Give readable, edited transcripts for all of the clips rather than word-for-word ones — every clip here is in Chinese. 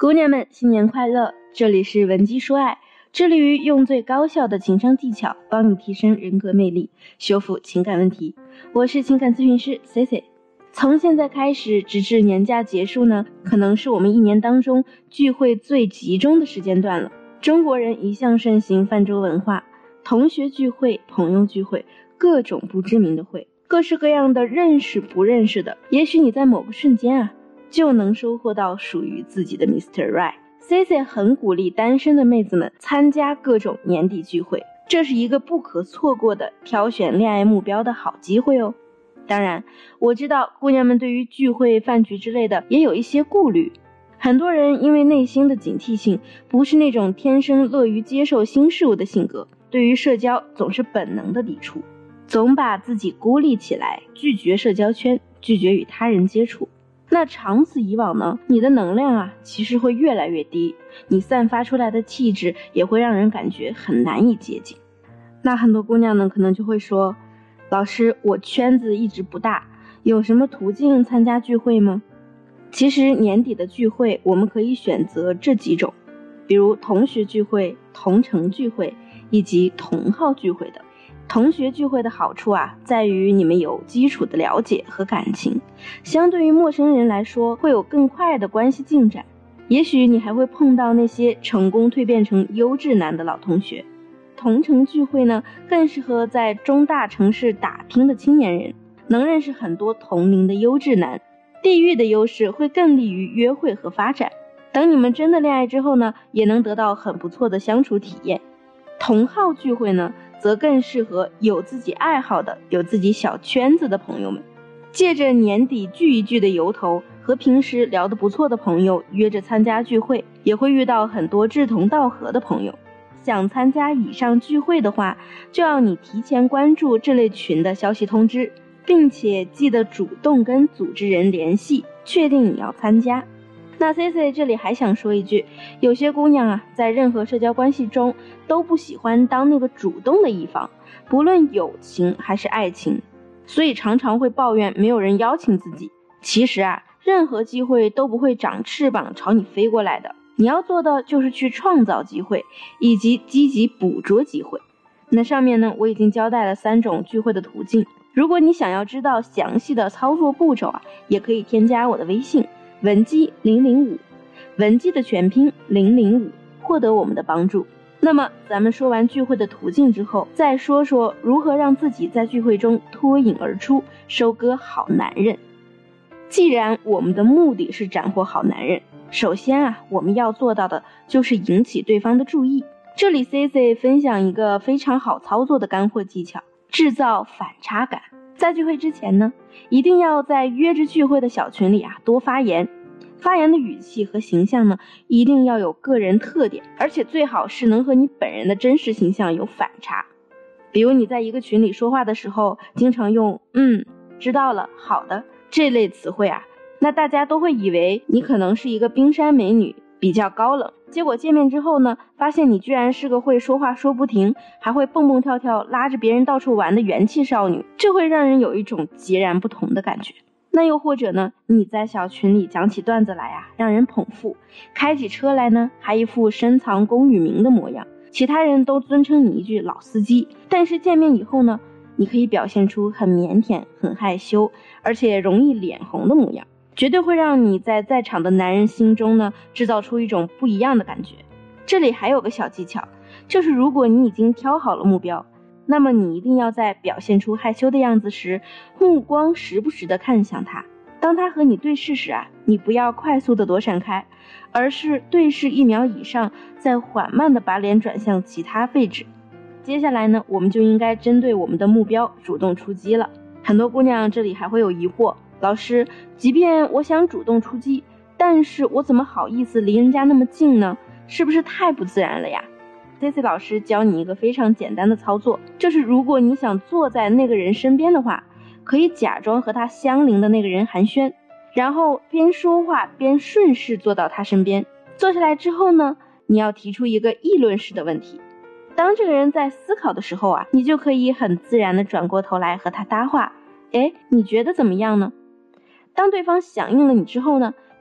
姑娘们，新年快乐！这里是文姬说爱，致力于用最高效的情商技巧帮你提升人格魅力，修复情感问题。我是情感咨询师 Cici。 从现在开始直至年假结束呢，可能是我们一年当中聚会最集中的时间段了。中国人一向盛行泛舟文化，同学聚会、朋友聚会，各种不知名的会，各式各样的认识不认识的，也许你在某个瞬间就能收获到属于自己的 Mr. Right。Cici 很鼓励单身的妹子们参加各种年底聚会，这是一个不可错过的挑选恋爱目标的好机会哦。当然，我知道姑娘们对于聚会、饭局之类的也有一些顾虑，很多人因为内心的警惕性，不是那种天生乐于接受新事物的性格，对于社交总是本能的抵触，总把自己孤立起来，拒绝社交圈，拒绝与他人接触。那长此以往呢，你的能量其实会越来越低，你散发出来的气质也会让人感觉很难以接近。那很多姑娘呢，可能就会说，老师，我圈子一直不大，有什么途径参加聚会吗？其实年底的聚会我们可以选择这几种，比如同学聚会、同城聚会以及同号聚会的。同学聚会的好处在于你们有基础的了解和感情，相对于陌生人来说会有更快的关系进展，也许你还会碰到那些成功蜕变成优质男的老同学。同城聚会呢，更适合在中大城市打拼的青年人，能认识很多同龄的优质男，地域的优势会更利于约会和发展，等你们真的恋爱之后呢，也能得到很不错的相处体验。同号聚会呢，则更适合有自己爱好的、有自己小圈子的朋友们，借着年底聚一聚的由头，和平时聊得不错的朋友约着参加聚会，也会遇到很多志同道合的朋友。想参加以上聚会的话，就要你提前关注这类群的消息通知，并且记得主动跟组织人联系，确定你要参加。那 Cici 这里还想说一句，有些姑娘在任何社交关系中都不喜欢当那个主动的一方，不论友情还是爱情，所以常常会抱怨没有人邀请自己。其实任何机会都不会长翅膀朝你飞过来的，你要做的就是去创造机会，以及积极捕捉机会。那上面呢，我已经交代了3种聚会的途径，如果你想要知道详细的操作步骤也可以添加我的微信文姬005，文姬的全拼005，获得我们的帮助。那么咱们说完聚会的途径之后，再说说如何让自己在聚会中脱颖而出，收割好男人。既然我们的目的是斩获好男人，首先我们要做到的就是引起对方的注意。这里 Cici 分享一个非常好操作的干货技巧，制造反差感。在聚会之前呢，一定要在约着聚会的小群里多发言，发言的语气和形象呢，一定要有个人特点，而且最好是能和你本人的真实形象有反差。比如你在一个群里说话的时候，经常用知道了，好的这类词汇那大家都会以为你可能是一个冰山美女，比较高冷，结果见面之后呢，发现你居然是个会说话说不停，还会蹦蹦跳跳拉着别人到处玩的元气少女，这会让人有一种截然不同的感觉。那又或者呢，你在小群里讲起段子来让人捧腹，开起车来呢，还一副深藏功与名的模样，其他人都尊称你一句老司机。但是见面以后呢，你可以表现出很腼腆、很害羞，而且容易脸红的模样，绝对会让你在场的男人心中呢，制造出一种不一样的感觉。这里还有个小技巧，就是如果你已经挑好了目标，那么你一定要在表现出害羞的样子时，目光时不时地看向他。当他和你对视时你不要快速地躲闪开，而是对视1秒以上，再缓慢地把脸转向其他位置。接下来呢，我们就应该针对我们的目标主动出击了。很多姑娘这里还会有疑惑，老师，即便我想主动出击，但是我怎么好意思离人家那么近呢？是不是太不自然了呀？Cici 老师教你一个非常简单的操作，就是如果你想坐在那个人身边的话，可以假装和他相邻的那个人寒暄，然后边说话边顺势坐到他身边。坐下来之后呢，你要提出一个议论式的问题。当这个人在思考的时候你就可以很自然地转过头来和他搭话，你觉得怎么样呢？当对方响应了你之后呢，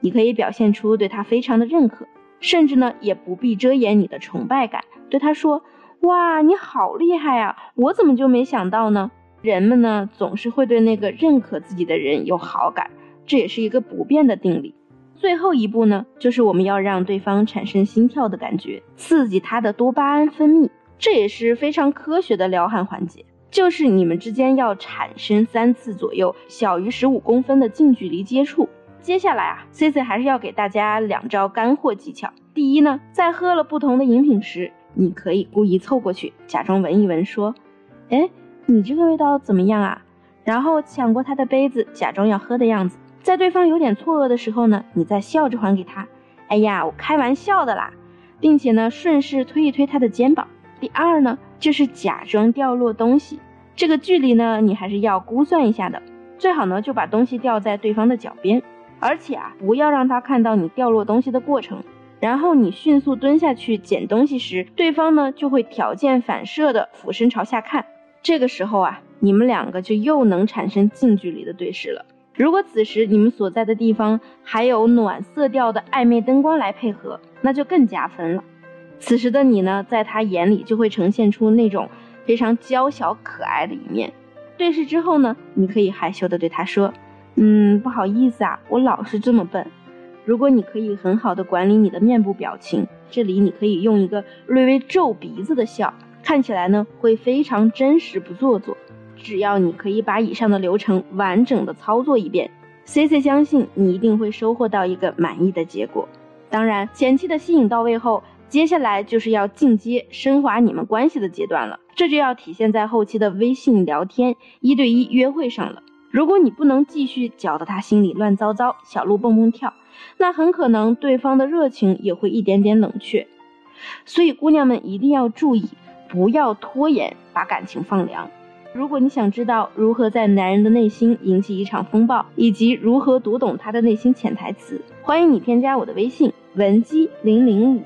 你可以表现出对他非常的认可，甚至呢也不必遮掩你的崇拜感，对他说，哇，你好厉害啊，我怎么就没想到呢？人们呢总是会对那个认可自己的人有好感，这也是一个不变的定理。最后一步呢，就是我们要让对方产生心跳的感觉，刺激他的多巴胺分泌，这也是非常科学的撩汉环节，就是你们之间要产生3次左右小于15公分的近距离接触。接下来啊 ，Cici 还是要给大家2招干货技巧。第一呢，在喝了不同的饮品时，你可以故意凑过去，假装闻一闻，说，哎，你这个味道怎么样啊？然后抢过他的杯子，假装要喝的样子。在对方有点错愕的时候呢，你再笑着还给他，哎呀，我开玩笑的啦，并且呢，顺势推一推他的肩膀。第二呢，就是假装掉落东西，这个距离呢，你还是要估算一下的，最好呢就把东西掉在对方的脚边，而且啊，不要让他看到你掉落东西的过程。然后你迅速蹲下去捡东西时，对方呢就会条件反射的俯身朝下看，这个时候啊，你们2个就又能产生近距离的对视了。如果此时你们所在的地方还有暖色调的暧昧灯光来配合，那就更加分了。此时的你呢，在他眼里就会呈现出那种非常娇小可爱的一面。对视之后呢，你可以害羞的对他说，不好意思啊，我老是这么笨。如果你可以很好的管理你的面部表情，这里你可以用一个略微皱鼻子的笑，看起来呢会非常真实不做作。只要你可以把以上的流程完整的操作一遍， Cici 相信你一定会收获到一个满意的结果。当然，前期的吸引到位后，接下来就是要进阶升华你们关系的阶段了，这就要体现在后期的微信聊天、1对1约会上了。如果你不能继续搅得他心里乱糟糟，小鹿蹦蹦跳，那很可能对方的热情也会一点点冷却。所以姑娘们一定要注意，不要拖延把感情放凉。如果你想知道如何在男人的内心引起一场风暴，以及如何读懂他的内心潜台词，欢迎你添加我的微信文姬005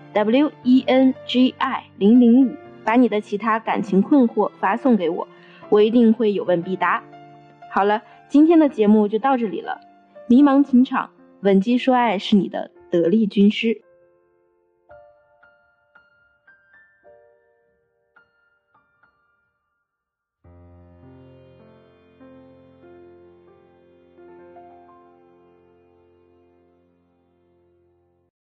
WENGI 005，把你的其他感情困惑发送给我，我一定会有问必答。好了，今天的节目就到这里了。迷茫情场，文姬说爱是你的得力军师。